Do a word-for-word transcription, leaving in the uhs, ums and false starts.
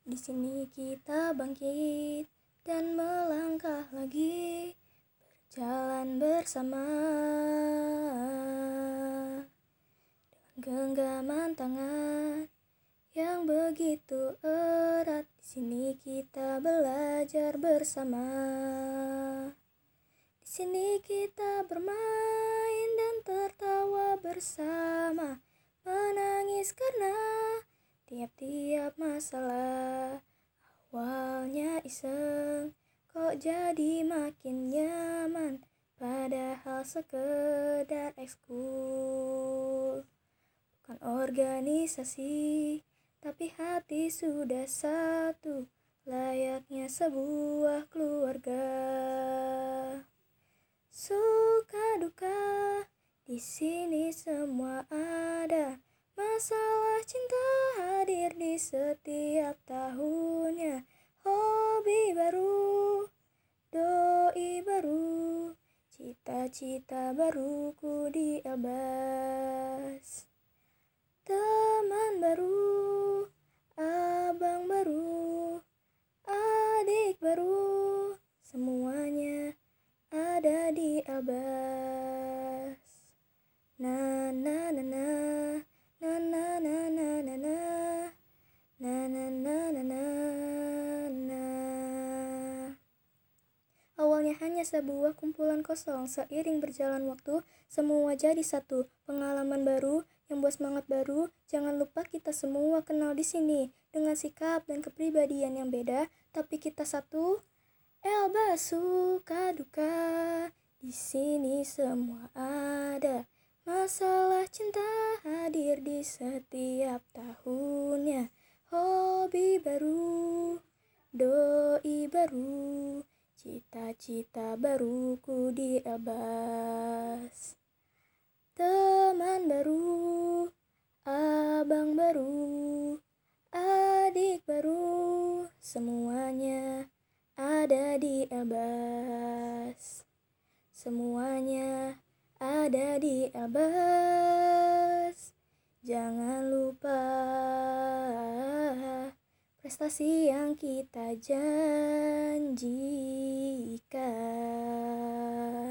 Di sini kita bangkit dan melangkah lagi, berjalan bersama dengan genggaman tangan yang begitu erat. Di sini kita belajar bersama. Di sini kita bermain dan tertawa bersama, menangis karena tiap-tiap masalah. Awalnya iseng, kok jadi makin nyaman, padahal sekedar ekskul. Bukan organisasi, tapi hati sudah satu, layaknya sebuah keluarga. Suka duka, di sini semua ada. Masalah cinta hadir di setiap tahunnya. Hobi baru, doi baru, cita-cita baruku di Elbas. Teman baru, abang baru, adik baru, semuanya ada di Elbas. Na na na na. Na na na na na na na na na na na na. Awalnya hanya sebuah kumpulan kosong, seiring berjalan waktu, semua jadi satu. Pengalaman baru yang buat semangat baru. Jangan lupa kita semua kenal di sini, dengan sikap dan kepribadian yang beda, tapi kita satu. Elbas suka duka, di sini semua ada. Masalah cinta hadir di setiap tahunnya. Hobi baru, doi baru, cita-cita baruku di Elbas. Teman baru, abang baru, adik baru, semuanya ada di Elbas. Semuanya ada di Elbas. Jangan lupa prestasi yang kita janjikan.